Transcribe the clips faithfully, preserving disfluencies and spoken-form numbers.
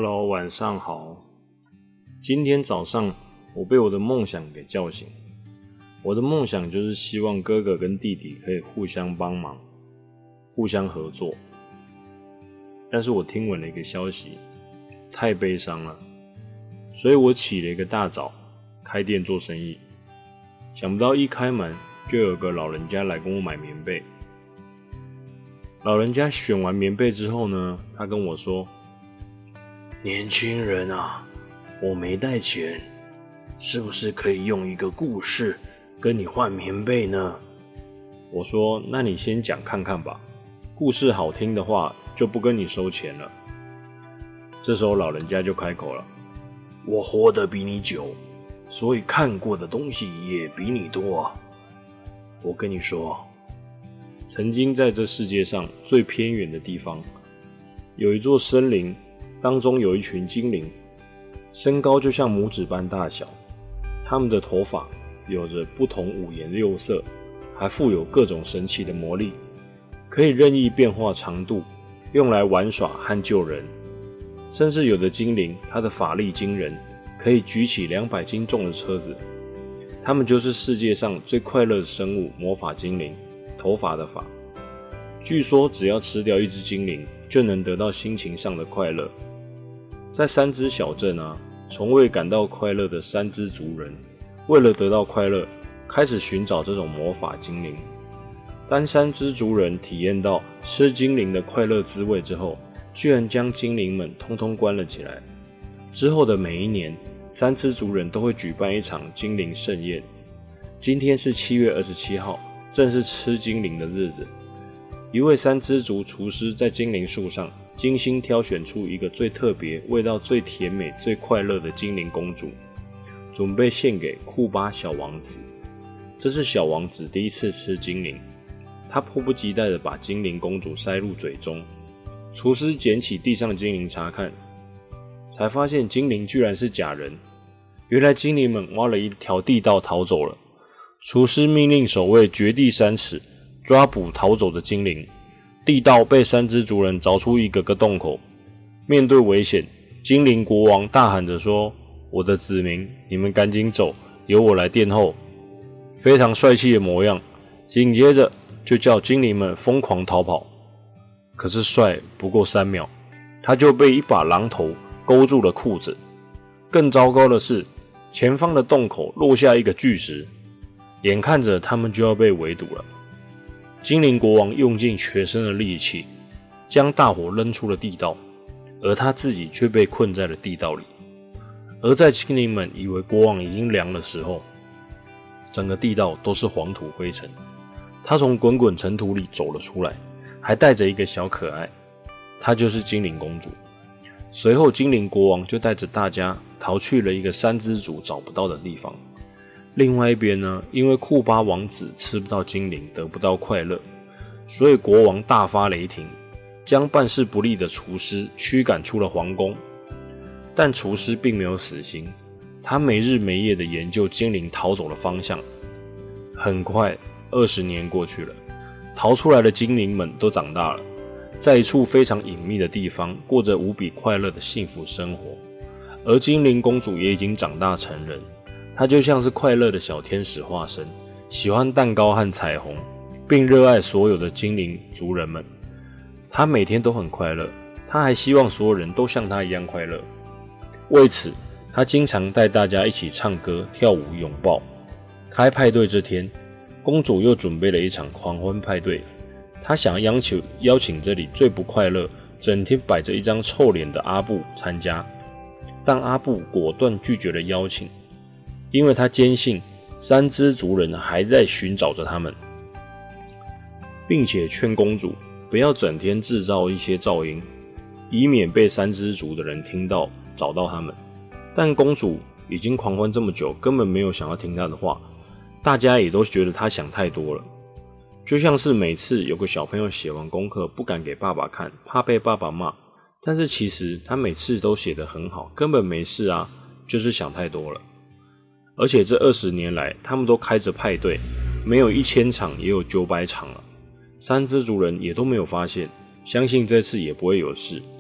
Hello， 晚上好。今天早上我被我的梦想给叫醒。我的梦想就是希望哥哥跟弟弟可以互相帮忙，互相合作。但是我听闻了一个消息，太悲伤了，所以我起了一个大早，开店做生意。想不到一开门就有个老人家来跟我买棉被。老人家选完棉被之后呢，他跟我说：年轻人啊，我没带钱，是不是可以用一个故事跟你换棉被呢？我说：那你先讲看看吧，故事好听的话就不跟你收钱了。这时候老人家就开口了：我活得比你久，所以看过的东西也比你多啊。我跟你说，曾经在这世界上最偏远的地方，有一座森林，当中有一群精灵，身高就像拇指般大小，他们的头发有着不同五颜六色，还富有各种神奇的魔力，可以任意变化长度，用来玩耍和救人。甚至有的精灵，它的法力惊人，可以举起两百斤重的车子。他们就是世界上最快乐的生物——魔法精灵，头发的发。据说只要吃掉一只精灵，就能得到心情上的快乐。在三只小镇啊，从未感到快乐的三只族人，为了得到快乐，开始寻找这种魔法精灵。当三只族人体验到吃精灵的快乐滋味之后，居然将精灵们通通关了起来。之后的每一年，三只族人都会举办一场精灵盛宴。今天是七月二十七号，正是吃精灵的日子。一位三只族厨师在精灵树上精心挑选出一个最特别、味道最甜美、最快乐的精灵公主，准备献给库巴小王子。这是小王子第一次吃精灵，他迫不及待地把精灵公主塞入嘴中。厨师捡起地上的精灵查看，才发现精灵居然是假人。原来精灵们挖了一条地道逃走了。厨师命令守卫掘地三尺，抓捕逃走的精灵。地道被三只族人凿出一个个洞口。面对危险，精灵国王大喊着说：我的子民，你们赶紧走，由我来殿后。非常帅气的模样，紧接着就叫精灵们疯狂逃跑。可是帅不过三秒，他就被一把榔头勾住了裤子。更糟糕的是，前方的洞口落下一个巨石，眼看着他们就要被围堵了。精灵国王用尽全身的力气，将大火扔出了地道，而他自己却被困在了地道里。而在精灵们以为国王已经凉的时候，整个地道都是黄土灰尘。他从滚滚尘土里走了出来，还带着一个小可爱，她就是精灵公主。随后精灵国王就带着大家逃去了一个三只族找不到的地方。另外一边呢，因为库巴王子吃不到精灵，得不到快乐，所以国王大发雷霆，将办事不力的厨师驱赶出了皇宫。但厨师并没有死心，他没日没夜地研究精灵逃走的方向。很快二十年过去了，逃出来的精灵们都长大了，在一处非常隐秘的地方过着无比快乐的幸福生活。而精灵公主也已经长大成人，她就像是快乐的小天使化身，喜欢蛋糕和彩虹，并热爱所有的精灵族人们。她每天都很快乐，她还希望所有人都像她一样快乐。为此，她经常带大家一起唱歌、跳舞、拥抱。开派对这天，公主又准备了一场狂欢派对。她想要邀请这里最不快乐、整天摆着一张臭脸的阿布参加，但阿布果断拒绝了邀请，因为他坚信三只族人还在寻找着他们，并且劝公主不要整天制造一些噪音，以免被三只族的人听到找到他们。但公主已经狂欢这么久，根本没有想要听她的话，大家也都觉得她想太多了。就像是每次有个小朋友写完功课不敢给爸爸看，怕被爸爸骂，但是其实他每次都写得很好，根本没事啊，就是想太多了。而且这二十年来，他们都开着派对，没有一千场也有九百场了。三只族人也都没有发现，相信这次也不会有事。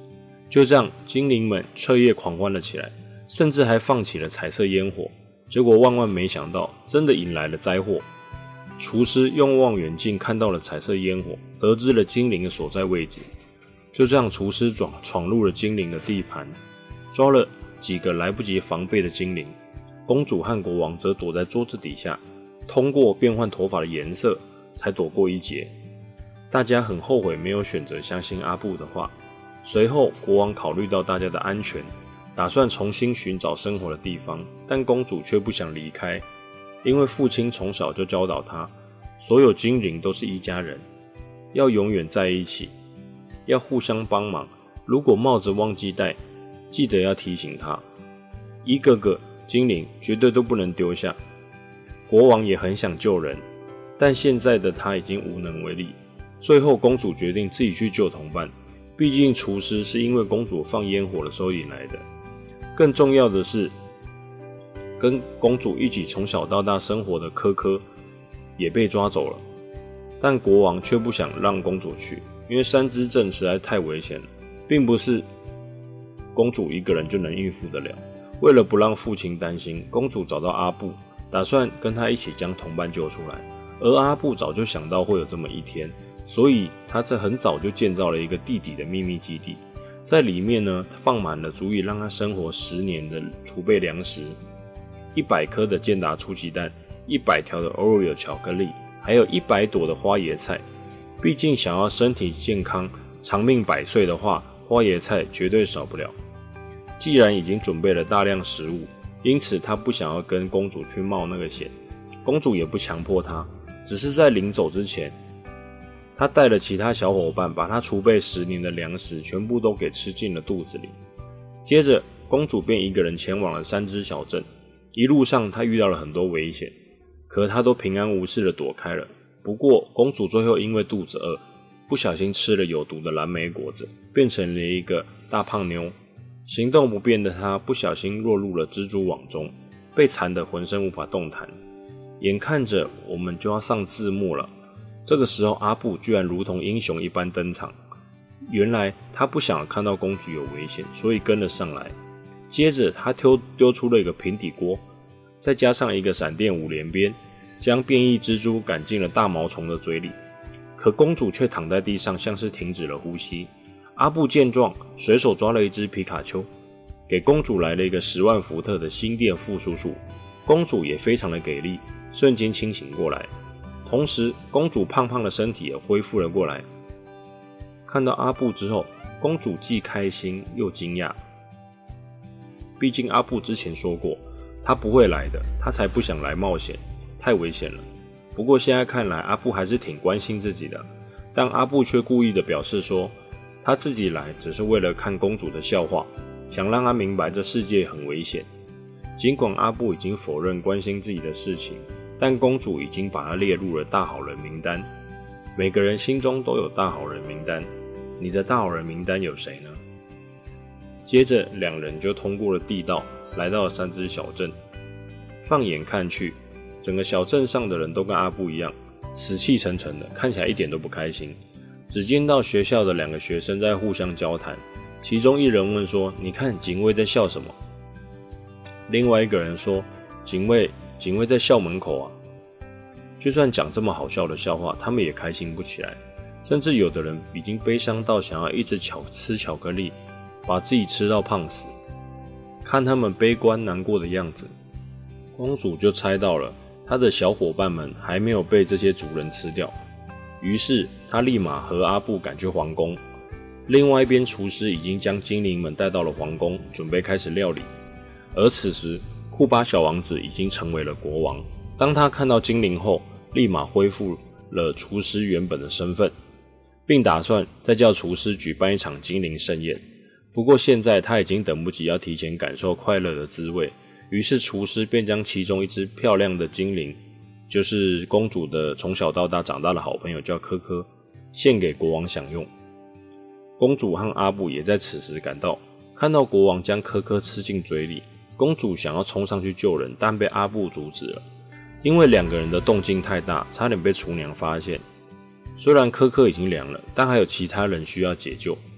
就这样，精灵们彻夜狂欢了起来，甚至还放起了彩色烟火。结果万万没想到，真的引来了灾祸。厨师用望远镜看到了彩色烟火，得知了精灵的所在位置。就这样，厨师闯闯入了精灵的地盘，抓了几个来不及防备的精灵。公主和国王则躲在桌子底下，通过变换头发的颜色才躲过一劫。大家很后悔没有选择相信阿布的话。随后，国王考虑到大家的安全，打算重新寻找生活的地方，但公主却不想离开，因为父亲从小就教导她，所有精灵都是一家人，要永远在一起，要互相帮忙。如果帽子忘记戴，记得要提醒她。一个个精灵绝对都不能丢下。国王也很想救人，但现在的他已经无能为力。最后，公主决定自己去救同伴。毕竟厨师是因为公主放烟火的时候引来的。更重要的是，跟公主一起从小到大生活的科科也被抓走了。但国王却不想让公主去，因为三之阵实在太危险了，并不是公主一个人就能应付得了。为了不让父亲担心，公主找到阿布，打算跟他一起将同伴救出来。而阿布早就想到会有这么一天，所以他在很早就建造了一个地底的秘密基地，在里面呢放满了足以让他生活十年的储备粮食，一百颗的健达出奇蛋，一百条的 Oreo 巧克力，还有一百朵的花椰菜。毕竟想要身体健康、长命百岁的话，花椰菜绝对少不了。既然已经准备了大量食物，因此他不想要跟公主去冒那个险。公主也不强迫他，只是在临走之前，他带了其他小伙伴，把他储备十年的粮食全部都给吃进了肚子里。接着，公主便一个人前往了三只小镇。一路上，她遇到了很多危险，可她都平安无事的躲开了。不过，公主最后因为肚子饿，不小心吃了有毒的蓝莓果子，变成了一个大胖妞。行动不便的她不小心落入了蜘蛛网中，被缠得浑身无法动弹。眼看着我们就要上字幕了，这个时候阿布居然如同英雄一般登场。原来他不想看到公主有危险，所以跟了上来。接着他丢丢出了一个平底锅，再加上一个闪电五连鞭，将变异蜘蛛赶进了大毛虫的嘴里。可公主却躺在地上，像是停止了呼吸。阿布见状，随手抓了一只皮卡丘，给公主来了一个十万伏特的心电复苏术。公主也非常的给力，瞬间清醒过来。同时，公主胖胖的身体也恢复了过来。看到阿布之后，公主既开心又惊讶。毕竟阿布之前说过，他不会来的，他才不想来冒险，太危险了。不过现在看来，阿布还是挺关心自己的。但阿布却故意的表示说，他自己来只是为了看公主的笑话，想让她明白这世界很危险。尽管阿布已经否认关心自己的事情，但公主已经把他列入了大好人名单。每个人心中都有大好人名单，你的大好人名单有谁呢？接着两人就通过了地道，来到了三只小镇。放眼看去，整个小镇上的人都跟阿布一样，死气沉沉的，看起来一点都不开心。只见到学校的两个学生在互相交谈，其中一人问说，你看警卫在笑什么？另外一个人说，警卫警卫在校门口啊。就算讲这么好笑的笑话，他们也开心不起来，甚至有的人已经悲伤到想要一直巧吃巧克力，把自己吃到胖死。看他们悲观难过的样子，公主就猜到了她的小伙伴们还没有被这些族人吃掉，于是她立马和阿布赶去皇宫。另外一边，厨师已经将精灵们带到了皇宫，准备开始料理。而此时，库巴小王子已经成为了国王。当他看到精灵后，立马恢复了厨师原本的身份，并打算再叫厨师举办一场精灵盛宴。不过现在他已经等不及要提前感受快乐的滋味，于是厨师便将其中一只漂亮的精灵，就是公主的从小到大长大的好朋友叫科科，献给国王享用。公主和阿布也在此时赶到，看到国王将科科吃进嘴里，公主想要冲上去救人，但被阿布阻止了。因为两个人的动静太大，差点被厨娘发现。虽然科科已经凉了，但还有其他人需要解救。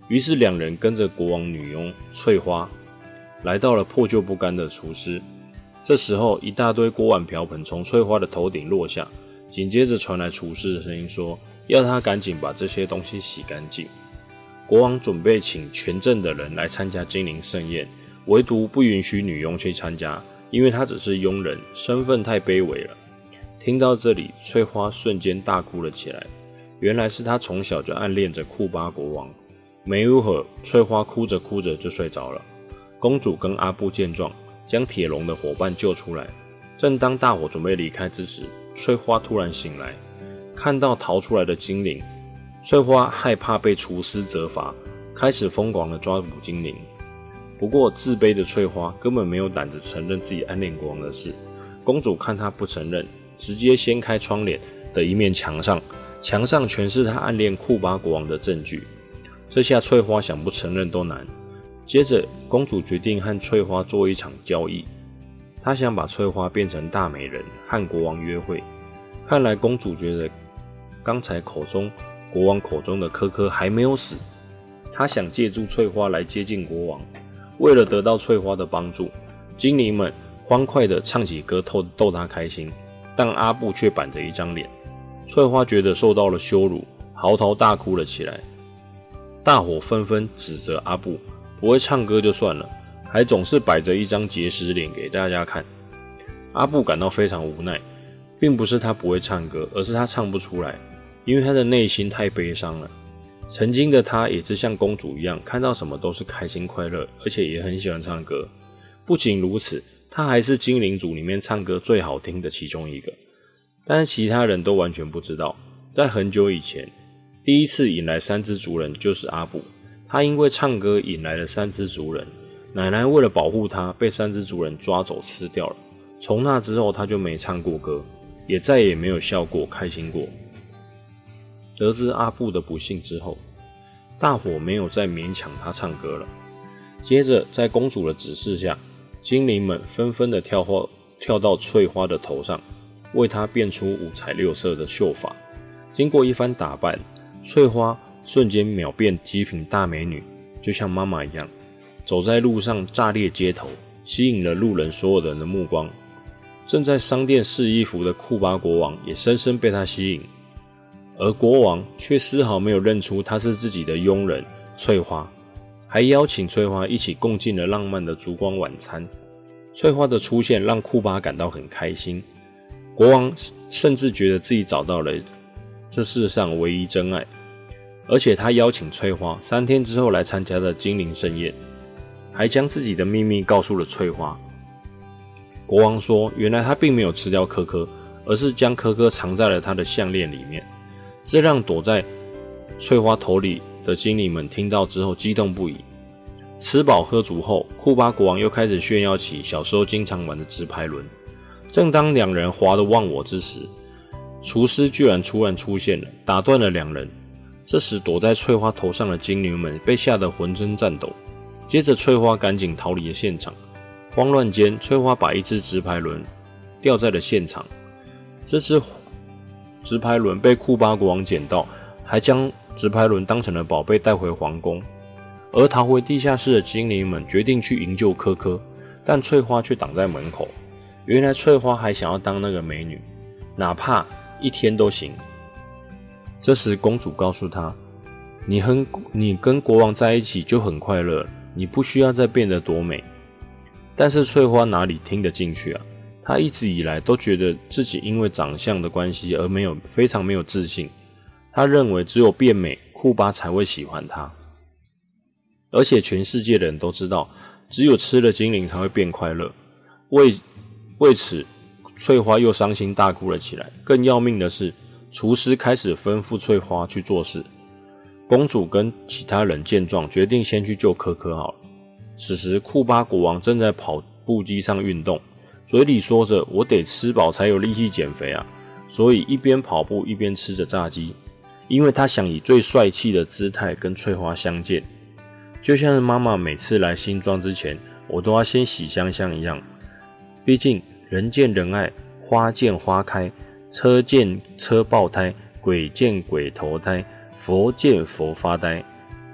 于是两人跟着国王女佣翠花来到了破旧不堪的厨师。这时候一大堆锅碗瓢盆从翠花的头顶落下，紧接着传来厨师的声音说要他赶紧把这些东西洗干净。国王准备请全镇的人来参加精灵盛宴，唯独不允许女佣去参加，因为她只是佣人，身份太卑微了。听到这里，翠花瞬间大哭了起来。原来是她从小就暗恋着库巴国王。没一会儿，翠花哭着哭着就睡着了。公主跟阿布见状，将铁笼的伙伴救出来。正当大伙准备离开之时，翠花突然醒来，看到逃出来的精灵。翠花害怕被厨师责罚，开始疯狂地抓捕精灵。不过自卑的翠花根本没有胆子承认自己暗恋国王的事。公主看她不承认，直接掀开窗帘的一面墙上，墙上全是她暗恋库巴国王的证据。这下翠花想不承认都难。接着公主决定和翠花做一场交易，她想把翠花变成大美人，和国王约会。看来公主觉得刚才口中国王口中的科科还没有死，她想借助翠花来接近国王。为了得到翠花的帮助，精灵们欢快地唱起歌逗逗她开心，但阿布却板着一张脸。翠花觉得受到了羞辱，嚎啕大哭了起来。大伙纷纷指责阿布不会唱歌就算了，还总是摆着一张结石脸给大家看。阿布感到非常无奈，并不是他不会唱歌，而是他唱不出来，因为他的内心太悲伤了。曾经的他也是像公主一样，看到什么都是开心快乐，而且也很喜欢唱歌。不仅如此，他还是精灵族里面唱歌最好听的其中一个。但是其他人都完全不知道，在很久以前，第一次引来三只族人就是阿布。他因为唱歌引来了三只族人，奶奶为了保护他，被三只族人抓走吃掉了。从那之后，他就没唱过歌，也再也没有笑过、开心过。得知阿布的不幸之后，大伙没有再勉强他唱歌了。接着，在公主的指示下，精灵们纷纷的跳花跳到翠花的头上，为她变出五彩六色的秀发。经过一番打扮，翠花瞬间秒变极品大美女，就像妈妈一样，走在路上炸裂街头，吸引了路人所有人的目光。正在商店试衣服的库巴国王也深深被她吸引，而国王却丝毫没有认出她是自己的佣人翠花，还邀请翠花一起共进了浪漫的烛光晚餐。翠花的出现让库巴感到很开心，国王甚至觉得自己找到了这世上唯一真爱，而且他邀请翠花三天之后来参加的精灵盛宴，还将自己的秘密告诉了翠花。国王说，原来他并没有吃掉科科，而是将科科藏在了他的项链里面。这让躲在翠花头里的精灵们听到之后激动不已。吃饱喝足后，库巴国王又开始炫耀起小时候经常玩的直排轮。正当两人滑得忘我之时，厨师居然突然出现了，打断了两人。这时躲在翠花头上的精灵们被吓得浑身颤抖。接着翠花赶紧逃离了现场。慌乱间，翠花把一只直排轮掉在了现场。这只直排轮被库巴国王捡到，还将直排轮当成了宝贝带回皇宫。而逃回地下室的精灵们决定去营救科科，但翠花却挡在门口。原来翠花还想要当那个美女，哪怕一天都行。这时公主告诉她，你和你跟国王在一起就很快乐，你不需要再变得多美。但是翠花哪里听得进去啊？她一直以来都觉得自己因为长相的关系而没有非常没有自信。她认为只有变美，库巴才会喜欢她。而且全世界的人都知道，只有吃了精灵才会变快乐。为为此，翠花又伤心大哭了起来。更要命的是，厨师开始吩咐翠花去做事。公主跟其他人见状，决定先去救科科好了。此时库巴国王正在跑步机上运动，嘴里说着我得吃饱才有力气减肥啊，所以一边跑步一边吃着炸鸡，因为他想以最帅气的姿态跟翠花相见，就像是妈妈每次来新庄之前我都要先洗香香一样。毕竟人见人爱，花见花开，车见车爆胎，鬼见鬼投胎，佛见佛发呆。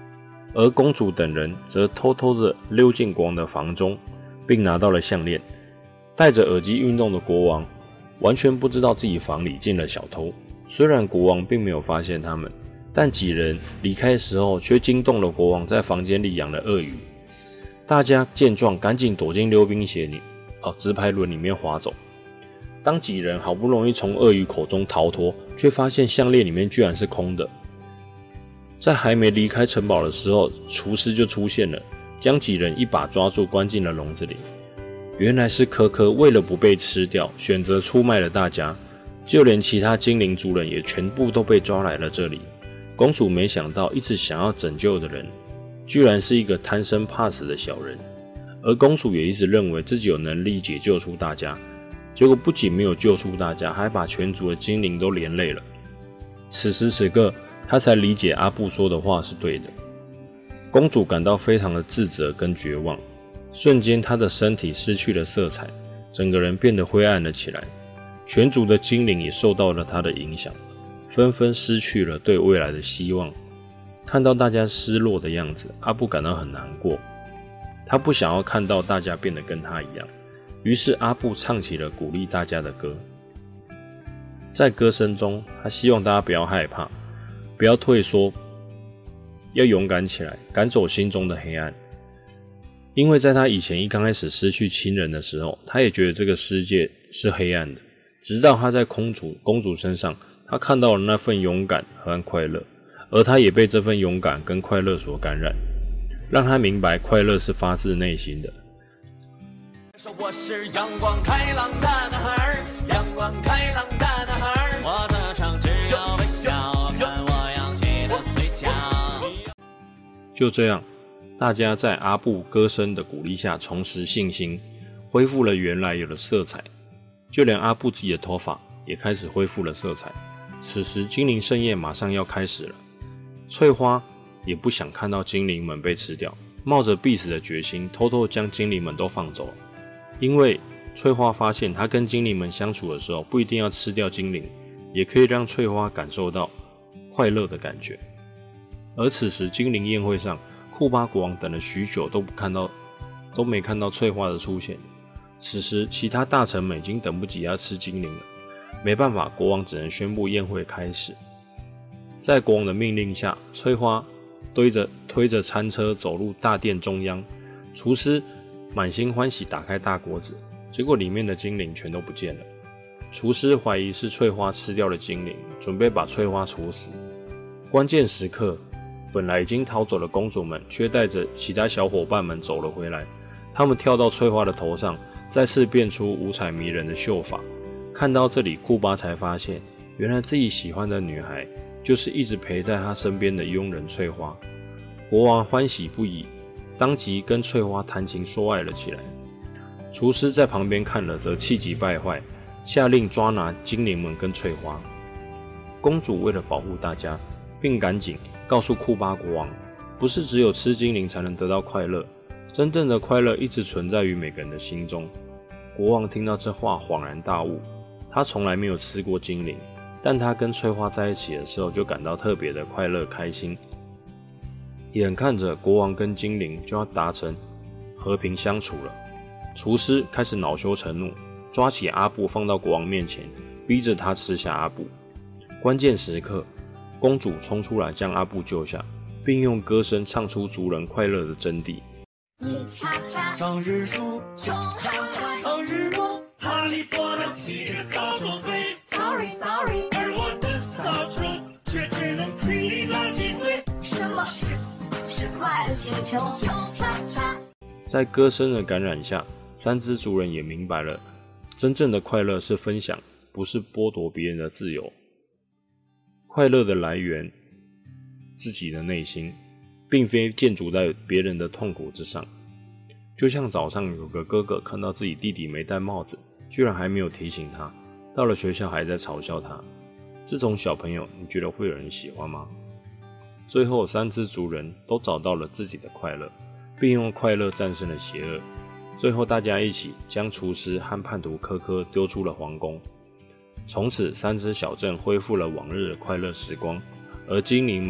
而公主等人则偷偷地溜进国王的房中，并拿到了项链。戴着耳机运动的国王完全不知道自己房里进了小偷，虽然国王并没有发现他们，但几人离开的时候却惊动了国王在房间里养的鳄鱼。大家见状赶紧躲进溜冰鞋里哦，直排轮里面滑走。当几人好不容易从鳄鱼口中逃脱，却发现项链里面居然是空的。在还没离开城堡的时候，厨师就出现了，将几人一把抓住关进了笼子里。原来是可可为了不被吃掉，选择出卖了大家，就连其他精灵族人也全部都被抓来了这里。公主没想到一直想要拯救的人，居然是一个贪生怕死的小人，而公主也一直认为自己有能力解救出大家，结果不仅没有救出大家，还把全族的精灵都连累了。此时此刻，她才理解阿布说的话是对的。公主感到非常的自责跟绝望，瞬间她的身体失去了色彩，整个人变得灰暗了起来。全族的精灵也受到了她的影响，纷纷失去了对未来的希望。看到大家失落的样子，阿布感到很难过，他不想要看到大家变得跟他一样，于是阿布唱起了鼓励大家的歌。在歌声中，他希望大家不要害怕，不要退缩，要勇敢起来，赶走心中的黑暗。因为在他以前一刚开始失去亲人的时候，他也觉得这个世界是黑暗的，直到他在公主公主身上，他看到了那份勇敢和快乐，而他也被这份勇敢跟快乐所感染，让他明白快乐是发自内心的。 我是阳光开朗的男孩，阳光开朗的男孩，我的唱只有微笑，看我扬起的嘴角。 就这样，大家在阿布歌声的鼓励下重拾信心，恢复了原来有的色彩，就连阿布自己的头发也开始恢复了色彩。此时精灵盛宴马上要开始了，翠花也不想看到精灵们被吃掉，冒着必死的决心偷偷将精灵们都放走了。因为翠花发现她跟精灵们相处的时候，不一定要吃掉精灵，也可以让翠花感受到快乐的感觉。而此时精灵宴会上，库巴国王等了许久都不看到都没看到翠花的出现。此时其他大臣们已经等不及要吃精灵了，没办法，国王只能宣布宴会开始。在国王的命令下，翠花推着推着餐车走入大殿中央，厨师满心欢喜打开大锅子，结果里面的精灵全都不见了。厨师怀疑是翠花吃掉了精灵，准备把翠花处死。关键时刻，本来已经逃走的公主们却带着其他小伙伴们走了回来，他们跳到翠花的头上，再次变出五彩迷人的秀发。看到这里，库巴才发现，原来自己喜欢的女孩就是一直陪在他身边的佣人翠花。国王欢喜不已，当即跟翠花谈情说爱了起来。厨师在旁边看了则气急败坏，下令抓拿精灵们跟翠花。公主为了保护大家，并赶紧告诉库巴国王，不是只有吃精灵才能得到快乐，真正的快乐一直存在于每个人的心中。国王听到这话恍然大悟，他从来没有吃过精灵，但他跟翠花在一起的时候就感到特别的快乐开心。眼看着国王跟精灵就要达成和平相处了，厨师开始恼羞成怒，抓起阿布放到国王面前，逼着他吃下阿布。关键时刻，公主冲出来将阿布救下，并用歌声唱出族人快乐的真谛。 长日出，长日落，哈利波特骑着扫帚飞。Sorry Sorry， 而我的扫帚却只能清理垃圾堆。什么是是快乐星球？ 在歌声的感染下，三只族人也明白了，真正的快乐是分享，不是剥夺别人的自由。快乐的来源，自己的内心，并非建筑在别人的痛苦之上。就像早上有个哥哥看到自己弟弟没戴帽子，居然还没有提醒他，到了学校还在嘲笑他。这种小朋友，你觉得会有人喜欢吗？最后三只族人都找到了自己的快乐，并用快乐战胜了邪恶。最后大家一起将厨师和叛徒科科丢出了皇宫。从此三只小镇恢复了往日的快乐时光，而精灵们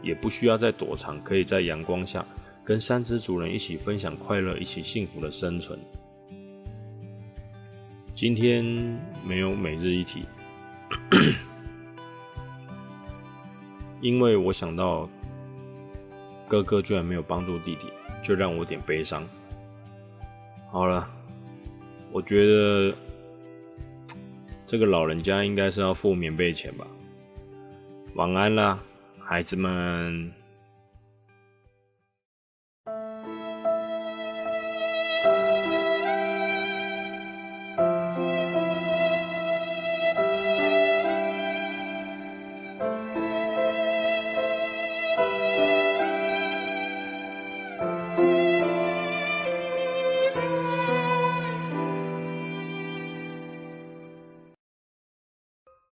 也不需要再躲藏，可以在阳光下跟三只主人一起分享快乐，一起幸福的生存。今天没有每日一题，因为我想到哥哥居然没有帮助弟弟，就让我有点悲伤。好了，我觉得这个老人家应该是要付棉被钱吧。晚安啦，孩子们。